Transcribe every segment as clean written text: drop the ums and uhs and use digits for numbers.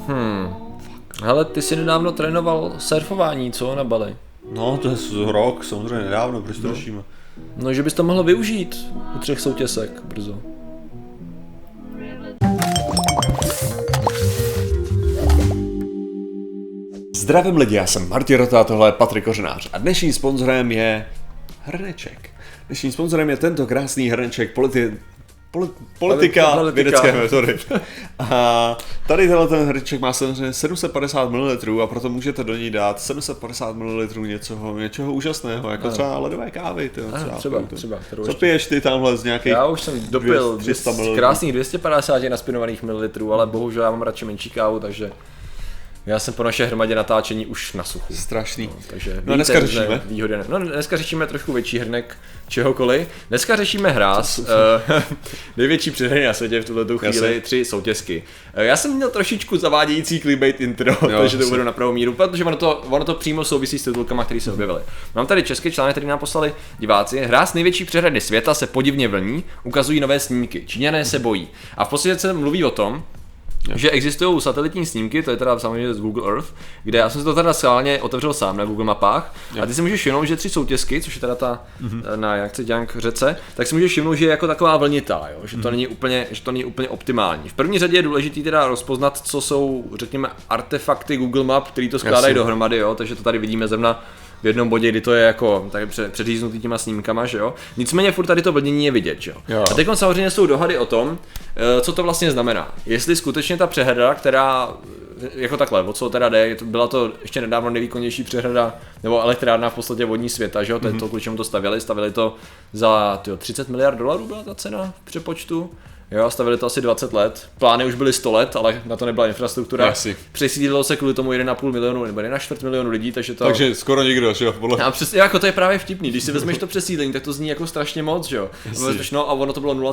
Hele, ty jsi nedávno trénoval surfování, co, na Bali? No, to je rok, samozřejmě nedávno, proč to řešíme? No, že bys to mohl využít u 3 soutěsek brzo. Zdravím lidi, já jsem Martin Rota a tohle je Patrik Kořenář a dnešním sponzorem je hrneček. Dnešním sponzorem je tento krásný hrneček politika vědecké metody. A tady ten hrneček má samozřejmě 750 ml a proto můžete do ní dát 750 ml něčeho úžasného, jako třeba ledové kávy. Třeba. Co piješ ty tamhle z nějakých? Já už jsem dopil 300 ml. Krásných 250 naspinovaných mililitrů, ale bohužel já mám radši menší kávu, takže já jsem po naše hromadě natáčení už na suchu. Strašný. No, takže dneska řešíme. Výhody ne. No, dneska řešíme trošku větší hrnek čehokoliv. Dneska řešíme hráz. Největší přehry na světě v tuhletu chvíli, 3 soutězky. Já jsem měl trošičku zavádějící clickbait intro, takže to uvedu na pravou míru, protože ono to přímo souvisí s titulkama, které se objevily. Mám tady český článek, který nám poslali diváci. Hráz největší přehrady světa se podivně vlní, ukazují nové snímky. Číňané se bojí. A v podstatě se mluví o tom, že existují satelitní snímky, to je teda samozřejmě z Google Earth, kde já jsem si to teda schválně otevřel sám na Google mapách a ty si můžeš všimnout, že 3 soutězky, což je teda ta na Jangtse Jiang řece, tak si můžeš všimnout, že je jako taková vlnitá, jo? Že to není úplně optimální. V první řadě je důležitý teda rozpoznat, co jsou, řekněme, artefakty Google Map, který to skládají dohromady, jo? Takže to tady vidíme zrovna v jednom bodě, kdy to je jako tak předříznutý těma snímkama, že jo. Nicméně furt tady to vlnění je vidět, že jo. A teď samozřejmě jsou dohady o tom, co to vlastně znamená. Jestli skutečně ta přehrada, která jako takhle, o co teda jde, byla to ještě nedávno nejvýkonnější přehrada nebo elektrárna v podstatě vodní světa, že jo, to je to, kvůli čemu to stavěli to za $30 miliard byla ta cena v přepočtu. Jo, stavili to asi 20 let, plány už byly 100 let, ale na to nebyla infrastruktura. Přesídlilo se kvůli tomu 1,5 milionu nebo 1,4 milionu lidí, takže skoro nikdo, že jo? A přesně, jako to je právě vtipný, když si vezmeš to přesídlení, tak to zní jako strašně moc, že jo? No a ono to bylo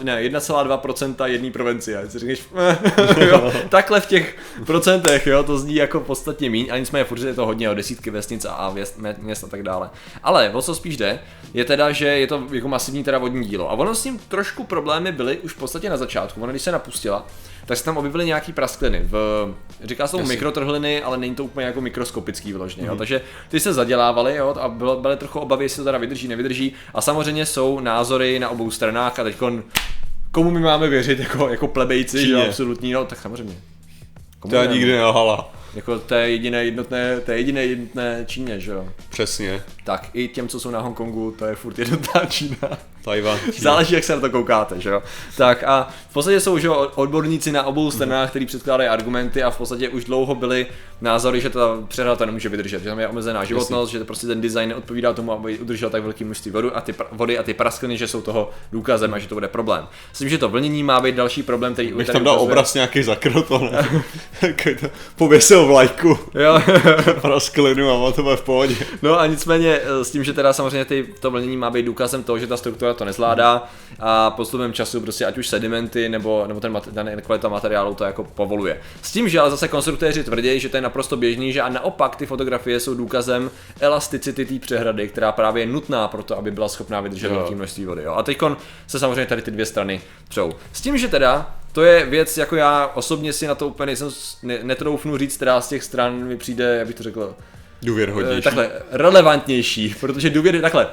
1,2% jedné provincie, a si říkáš, jo, takhle v těch procentech, jo, to zní jako podstatně míň, a nicméně furt je to hodně o desítky vesnic a měst a tak dále. Ale o co spíš jde, je teda, že je to jako masivní teda vodní dílo. A ono s tím trošku problémy byly už v podstatě na začátku. Ona když se napustila, tak se tam objevily nějaký praskliny. Říká se tomu mikrotrhliny, ale není to úplně jako mikroskopický vyloženě, jo. Takže ty se zadělávaly, jo, a byly trochu obavy, jestli to teda vydrží, nevydrží. A samozřejmě jsou názory na obou stranách a teďkon komu my máme věřit jako plebejci, že absolutní, no tak samozřejmě. To já nikdy nelhala. Jako to je jediné jednotné Číně, že jo? Přesně. Tak i těm, co jsou na Hongkongu, to je furt jednotná Čína. Tajvan. Záleží, jak se na to koukáte, že jo? Tak a v podstatě jsou, že odborníci na obou stranách, kteří předkládají argumenty a v podstatě už dlouho byly názory, že ta přehrada nemůže vydržet, že tam je omezená životnost, že to prostě ten design neodpovídá tomu, aby udržel tak velké množství vody a ty praskliny, že jsou toho důkazem a že to bude problém. Myslím, že to vlnění má být další problém, který bych tam dal obraz nějaký zakroto, ne? Pověsil vlajku. Jo. Prasklinu a to bude v pohodě. No a nicméně s tím, že teda samozřejmě to vlnění má být důkazem toho, že ta struktura to nezvládá a postupem času prostě ať už sedimenty nebo ten kvalita materiálu to jako povoluje. S tím, že ale zase konstruktéři tvrdí, že to je naprosto běžný, že a naopak ty fotografie jsou důkazem elasticity té přehrady, která právě je nutná pro to, aby byla schopná vydržet velké množství vody. Jo. A teďkon se samozřejmě tady ty dvě strany přou. S tím, že teda to je věc, jako já osobně si na to úplně netroufnu říct, která z těch stran mi přijde, jak bych to řekl, důvěryhodnější. Takhle, relevantnější, protože takhle,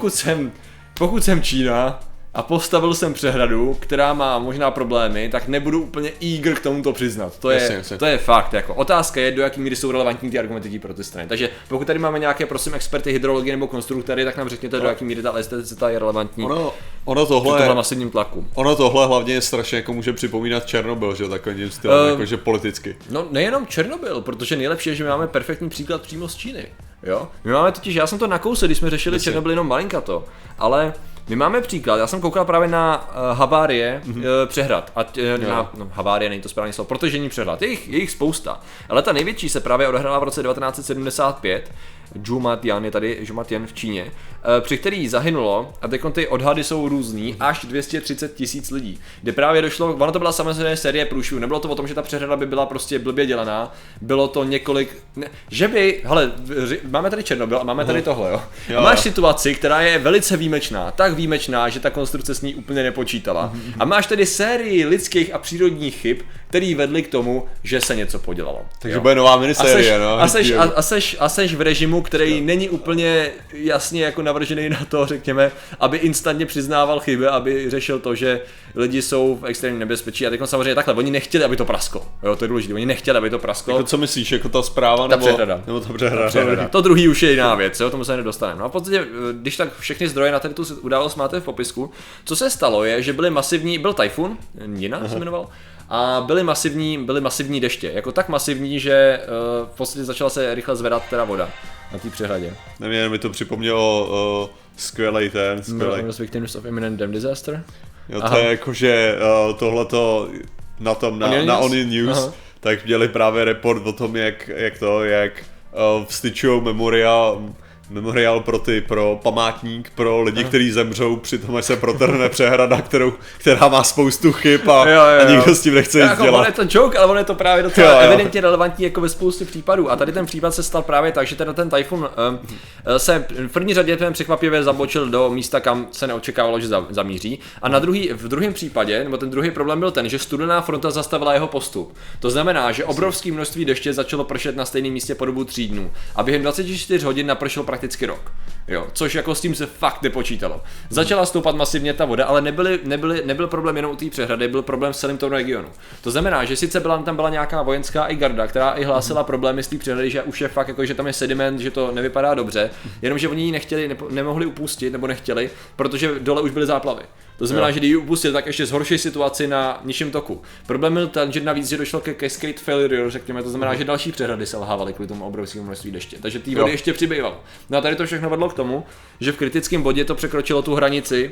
pokud jsem Čína a postavil jsem přehradu, která má možná problémy, tak nebudu úplně eager k tomu to přiznat. To je fakt, jako. Otázka je, do jaký míry jsou relevantní ty argumenty pro ty strany. Takže pokud tady máme nějaké, prosím, experty hydrologie nebo konstruktory, tak nám řekněte, do jaký míry ta esteticita je relevantní. Ono tohle masivním tlaku. Ono tohle hlavně je strašně jako může připomínat Černobyl, že takovým stylem, jakože politicky. No nejenom Černobyl, protože nejlepší je, že my máme perfektní příklad přímo z Číny. Jo? My máme totiž, já jsem to nakousl, když jsme řešili Černobyl jenom malinkato, ale my máme příklad, já jsem koukal právě na havárie přehrad, havárie není to správný slovo, protožení přehrad, je jich spousta, ale ta největší se právě odehrála v roce 1975, Zhoumatian je tady, Zhoumatian v Číně, při který zahynulo, a teď ty odhady jsou různý, až 230 000 lidí. Kde právě došlo, ono to byla samozřejmě série průšvihů, nebylo to o tom, že ta přehrada by byla prostě blbě dělaná, bylo to několik, že by, hele, máme tady Černobyl a máme tady tohle, jo. A máš situaci, která je velice výjimečná, tak výjimečná, že ta konstrukce s ní úplně nepočítala. A máš tady sérii lidských a přírodních chyb, který vedly k tomu, že se něco podělalo. Takže bude nová minisérie, no. A seš v režimu, který není úplně jasně jako navržený na to, řekněme, aby instantně přiznával chyby, aby řešil to, že lidi jsou v extrémním nebezpečí. A teď samozřejmě takhle, oni nechtěli, aby to prasklo. Jo, to je důležité, oni nechtěli, aby to prasklo. Jako co myslíš, jako ta zpráva nebo ta přehrada? To druhý už je jiná věc, jo, tomu se nedostaneme. No a v podstatě, když tak všechny zdroje na tu událost máte v popisku, co se stalo je, že byly masivní, byl tajfun, Nina se jmenoval, a byly masivní deště, jako tak masivní, že v podstatě začala se rychle zvedat teda voda na té přehradě. Nevím, mi to připomnělo skvělej Victims of Imminent Dam Disaster. Jo, to je jako, že tohleto na tom, na Onion News, tak měli právě report o tom, jak vstyčujou memoriál pro památník, pro lidi, kteří zemřou při tom, až se protrhne přehrada, která má spoustu chyb a nikdo s tím nechce nic dělat. On je to joke, ale on je to právě docela evidentně relevantní jako ve spoustě případů. A tady ten případ se stal právě tak, že ten tajfun se v první řadě překvapivě zabočil do místa, kam se neočekávalo, že zamíří. A v druhém případě, nebo ten druhý problém byl ten, že studená fronta zastavila jeho postup. To znamená, že obrovské množství deště začalo pršet na stejném místě po dobu 3 dnů. A během 24 hodin napršel prakticky rok. Jo, což jako s tím se fakt nepočítalo. Začala stoupat masivně ta voda, ale nebyl problém jenom u té přehrady, byl problém v celém tom regionu. To znamená, že sice tam byla nějaká vojenská i garda, která i hlásila problémy s té přehrady, že už je fakt jako, že tam je sediment, že to nevypadá dobře, jenomže oni ji nechtěli, nemohli upustit nebo nechtěli, protože dole už byly záplavy. To znamená, že když ji upustili, tak ještě zhorší situaci na nižším toku. Problém byl ten, že navíc, že došlo ke cascade failure, řekněme, to znamená, že další přehrady selhávaly kvůli tomu obrovskému množství deště. Takže té vody ještě přibývalo. No a tady to všechno vedlo k tomu, že v kritickém bodě to překročilo tu hranici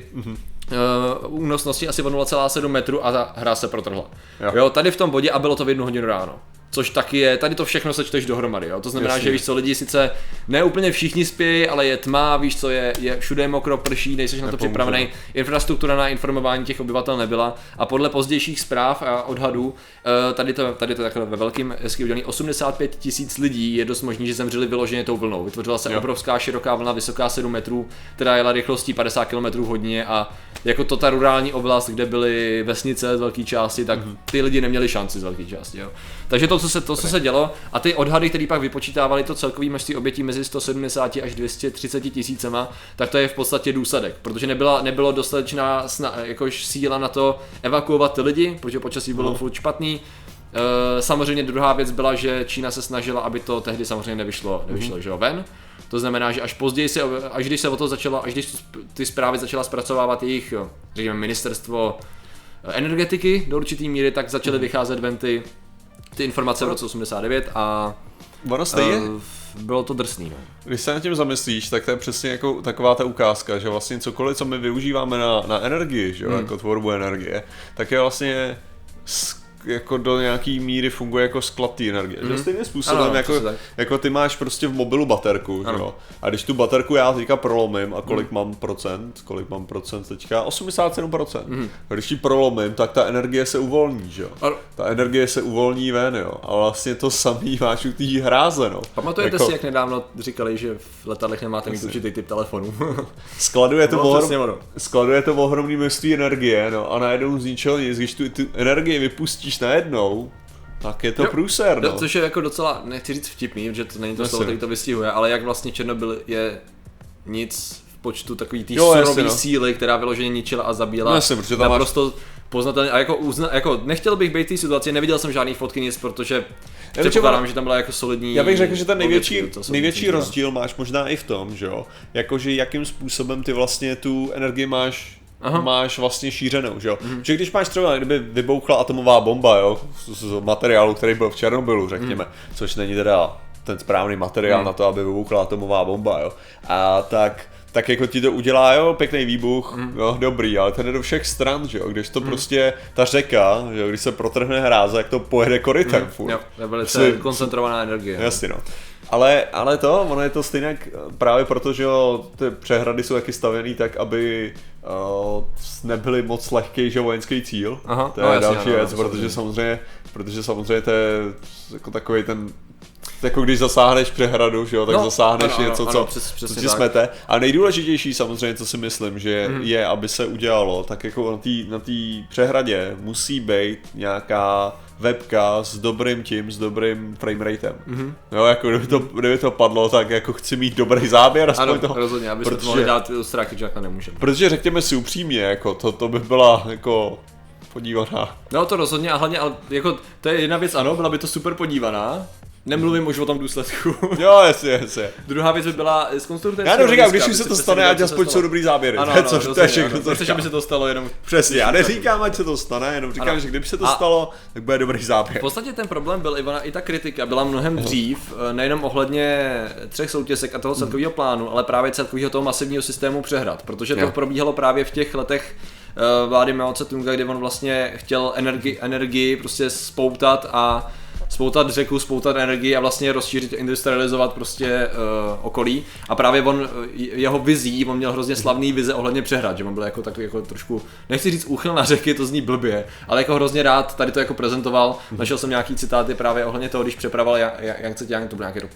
únosnosti asi o 0,7 metru a ta hra se protrhla. Jo, tady v tom bodě a bylo to v 1 hodinu ráno. Což taky je, tady to všechno sečteš dohromady, jo? To znamená, že víš co, lidi sice ne úplně všichni spí, ale je tma, víš co, je všude mokro, prší, nejseš na to připravený, infrastruktura na informování těch obyvatel nebyla a podle pozdějších zpráv a odhadů, tady to takhle ve velkým hezky udělaný, 85 000 lidí je dost možný, že zemřeli vyloženě tou vlnou. Vytvořila se obrovská široká vlna, vysoká 7 metrů, která jela rychlostí 50 km hodině a jako to ta rurální oblast, kde byly vesnice z velké části, tak ty lidi neměli šanci z velké části, jo. Takže to, co se dělo a ty odhady, které pak vypočítávali to celkový množství obětí mezi 170 až 230 000, tak to je v podstatě důsledek, protože nebylo dostatečná síla na to evakuovat ty lidi, protože počasí bylo furt špatný. Samozřejmě druhá věc byla, že Čína se snažila, aby to tehdy samozřejmě nevyšlo že jo, ven. To znamená, že až později až když se o to začalo, až když ty zprávy začala zpracovávat jejich, řekněme, ministerstvo energetiky do určitý míry, tak začaly vycházet ven ty informace v roce 89 a bylo to drsný. No. Když se nad tím zamyslíš, tak to je přesně jako taková ta ukázka, že vlastně cokoliv, co my využíváme na energii, že jo, jako tvorbu energie, tak je vlastně jako do nějaký míry funguje jako sklad té energie. Že stejným způsobem, jako ty máš prostě v mobilu baterku, že jo? A když tu baterku já teďka prolomím a kolik mám procent teďka? 87%. A když ji prolomím, tak ta energie se uvolní, že jo? Ta energie se uvolní ven, jo? A vlastně to samý máš u té hráze, no. Pamatujete si, jak nedávno říkali, že v letadlech nemáte mít určitý typ telefonu? skladuje to ohromné množství energie, no, a najednou z ničeho nic, když tu energii vypustíš najednou, tak je to průser, no. Což je jako docela, nechci říct vtipný, že to není to slovo, který to vystihuje, ale jak vlastně Černobyl je nic v počtu takový té surové síly, která vyloženě ničila a zabíjela naprosto poznatelně. A jako nechtěl bych být v té situaci, neviděl jsem žádný fotky, nic, protože předpokládám, že tam byla jako solidní. Já bych řekl, že ten největší rozdíl máš možná i v tom, že jo, jakože jakým způsobem ty vlastně tu energii máš vlastně šířenou, že jo. Že když máš třeba, kdyby vybouchla atomová bomba, jo, z materiálu, který byl v Černobylu, řekněme, což není teda ten správný materiál na to, aby vybouchla atomová bomba, jo. A tak tak jako ti to udělá, jo, pěkný výbuch, jo, dobrý, ale ten jde do všech stran, že jo, když to prostě ta řeka, že jo, když se protrhne hráze, jak to pojede korytem furt. Jo, to je velice koncentrovaná energie. Jasně, no. Ale ono je to stejně právě proto, že jo, ty přehrady jsou taky stavěný tak, aby nebyly moc lehký, že vojenský cíl. Aha, to je další věc, protože samozřejmě to je jako takový ten, jako když zasáhneš přehradu, že jo, tak zasáhneš něco, co ti smete. A nejdůležitější samozřejmě, co si myslím, že je, aby se udělalo, tak jako na té přehradě musí být nějaká webka s dobrým frameratem. Jo, jako kdyby to padlo, tak jako chci mít dobrý záběr, aspoň ano, to. rozhodně, aby se to mohli dát ilustráky, že nemůžeme. Protože řekněme si upřímně, jako to by byla jako podívaná. No to rozhodně a hlavně, ale jako to je jedna věc, ano, byla by to super podívaná. Nemluvím už o tom důsledku. Jo, jasně. Druhá věc by byla z konstruktorského. Já neříkám, když už se to stane, ať aspoň jsou dobrý záběry. Ano, to je všechno, co říkám. Aby se to stalo jenom. Přesně, já neříkám, ať se to stane, jenom říkám, že kdyby se to stalo, tak bude dobrý záběr. V podstatě ten problém byl, Ivana, i ta kritika byla mnohem dřív, nejenom ohledně 3 soutěsek a toho celkového plánu, ale právě celkového toho masivního systému přehrad, protože to probíhalo právě v těch letech vlády Mao Tse-tunga, kdy on vlastně chtěl energii prostě spoutat řeku, spoutat energii a vlastně rozšířit, industrializovat prostě okolí. A právě jeho vizí, on měl hrozně slavný vize ohledně přehrad, že on byl jako takový jako trošku, nechci říct úchyl na řeky, to zní blbě, ale jako hrozně rád tady to jako prezentoval. Našel jsem nějaký citáty právě ohledně toho, když přepravoval Yang Tse-kiang, to byl nějaký rok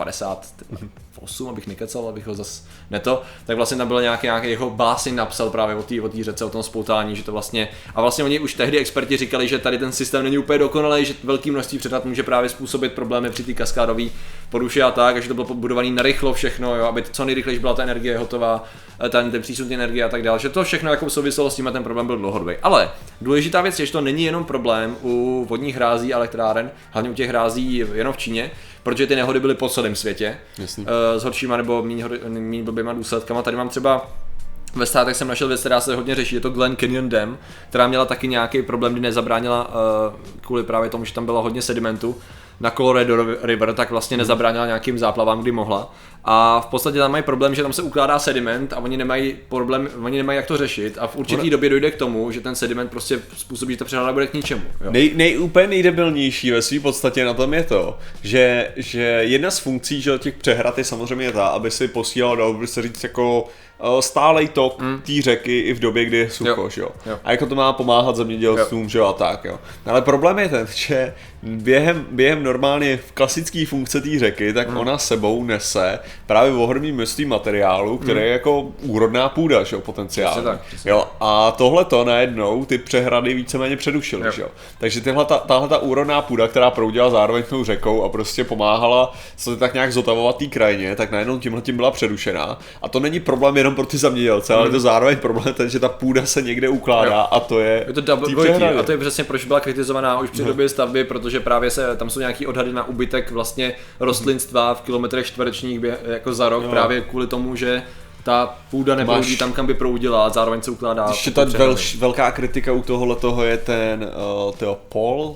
58, abych nekecal, abych ho zas neto, tak vlastně tam byl nějaký jeho báseň napsal právě o té řece, o tom spoutání, že to vlastně, a vlastně oni už tehdy experti říkali, že tady ten systém není úplně dokonalý, že velké množství přehrad může právě způsobit problémy při té kaskádové poruše a tak, že to bylo budované narychlo všechno, jo, aby co nejrychleji byla ta energie hotová, ten přísun energie a tak dále, že to všechno jako souviselo s tím a ten problém byl dlouhodobý. Ale důležitá věc je, že to není jenom problém u vodních hrází a elektráren, hlavně u těch hrází jenom v Číně, protože ty nehody byly po celém světě. S horšíma nebo méně blbýma důsledkama. Tady mám třeba ve státech jsem našel věc, která se hodně řeší, je to Glen Canyon Dam, která měla taky nějaký problém, kdy nezabránila kvůli právě tomu, že tam bylo hodně sedimentu na Colorado River, tak vlastně nezabránila nějakým záplavám, kdy mohla. A v podstatě tam mají problém, že tam se ukládá sediment a oni nemají jak to řešit a v určitý době dojde k tomu, že ten sediment prostě způsobí, že ta přehrada bude k ničemu. Úplně nejdebilnější ve své podstatě na tom je to, že jedna z funkcí že těch přehrad je samozřejmě ta, aby si posílal, dalo by se říct jako stálej tok té řeky i v době, kdy je sucho, jo. A jako to má pomáhat zemědělcům, že jo, a tak, jo. Ale problém je ten, že během normálně v klasické funkce té řeky, tak ona sebou nese právě ohromné množství materiálu, které je jako úrodná půda, že jo, potenciálně. Jo, a tohleto najednou ty přehrady víceméně předušily, že jo. Takže tahle ta úrodná půda, která proudila zároveň tou řekou a prostě pomáhala se tak nějak zotavovat té krajině, tak najednou tímhletím byla předušená. A to není problém jenom pro ty zemědělce, ale je to zároveň problém ten, že ta půda se někde ukládá a to je to double a to je přesně proč byla kritizovaná už při době stavby, protože právě tam jsou nějaký odhady na úbytek vlastně rostlinstva v kilometrech čtverečních jako za rok, právě kvůli tomu, že ta půda neproudí tam, kam by proudila a zároveň se ukládá. Ještě ta velká kritika u tohohletoho je ten Paul.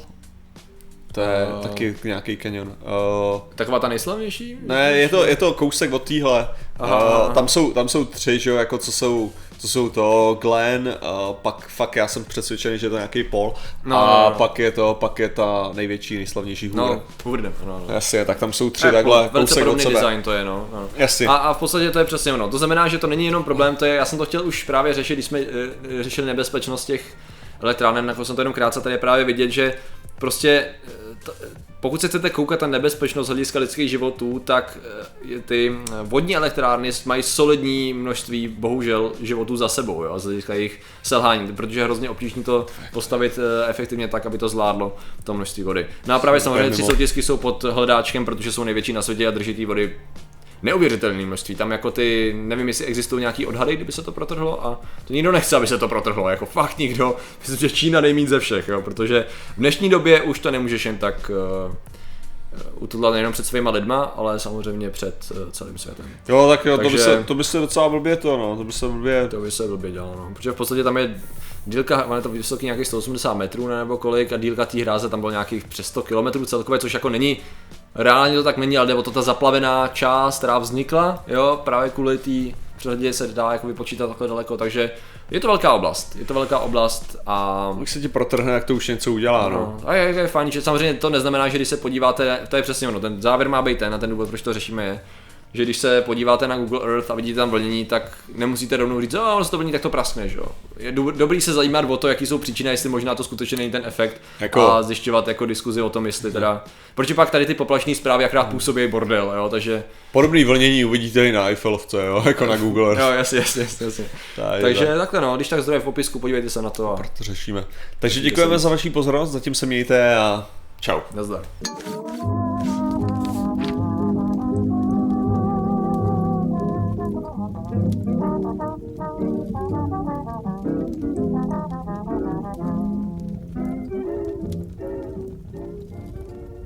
To je taky nějaký kanion. Taková ta nejslavnější? Ne, je to kousek od téhle. Tam jsou 3, že jo, jako co jsou to Glen, pak fakt já jsem přesvědčený, že je to nějaký Paul. Pak je ta největší, nejslavnější hůra. No, Hoover, no. Jasně, tak tam jsou 3 takhle kousek od sebe. Design to je, no. Jasně. A v podstatě to je přesně ono. To znamená, že to není jenom problém, to je, já jsem to chtěl už právě řešit, když jsme řešili nebezpečnost těch elektráren, jako jsem to jenom krátce, tady je právě vidět, že prostě pokud se chcete koukat na nebezpečnost hlediska lidských životů, tak ty vodní elektrárny mají solidní množství, bohužel, životů za sebou, jo, z hlediska jejich selhání, protože je hrozně obtížné to postavit efektivně tak, aby to zvládlo to množství vody. No a právě samozřejmě 3 soutisky jsou pod hledáčkem, protože jsou největší na světě a drží ty vody neuvěřitelné množství. Tam jako nevím, jestli existují nějaký odhady, kdyby se to protrhlo a to nikdo nechce, aby se to protrhlo, jako fakt nikdo. Myslím, že Čína nejmíň ze všech, jo, protože v dnešní době už to nemůžeš jen tak utudlat nejenom před svýma lidma, ale samozřejmě před celým světem. Jo, tak jo, takže, to by se docela blbě to by se blbě dělalo, no. Protože v podstatě tam je dílka, on je to vysoký nějakých 180 metrů nebo kolik a dílka té hráze tam bylo nějakých přes 100 km celkově, což jako není, reálně to tak není, ale jde o to ta zaplavená část, která vznikla, jo, právě kvůli té přehledě se dá jako vypočítat takhle daleko, takže je to velká oblast a... Když se ti protrhne, jak to už něco udělá, no. A je fajn, že samozřejmě to neznamená, že když se podíváte, to je přesně ono, ten závěr má být ten důvod, proč to řešíme je, že když se podíváte na Google Earth a vidíte tam vlnění, tak nemusíte rovnou říct, ono se to vlní, tak to praskne, že jo. Je dobrý se zajímat o to, jaký jsou příčiny, jestli možná to skutečně není ten efekt a zjišťovat jako diskuzi o tom, jestli teda, protože pak tady ty poplašné zprávy akrát působí bordel, jo, takže... Podobný vlnění uvidíte i na Eiffelovce, jo, jako na Google Earth. Jo, jasně. Takže takhle no, když tak zdroje v popisku, podívejte se na to a... Proto řešíme. Takže děkujeme za vaši pozornost, zatím se mějte a čau. Nazdar.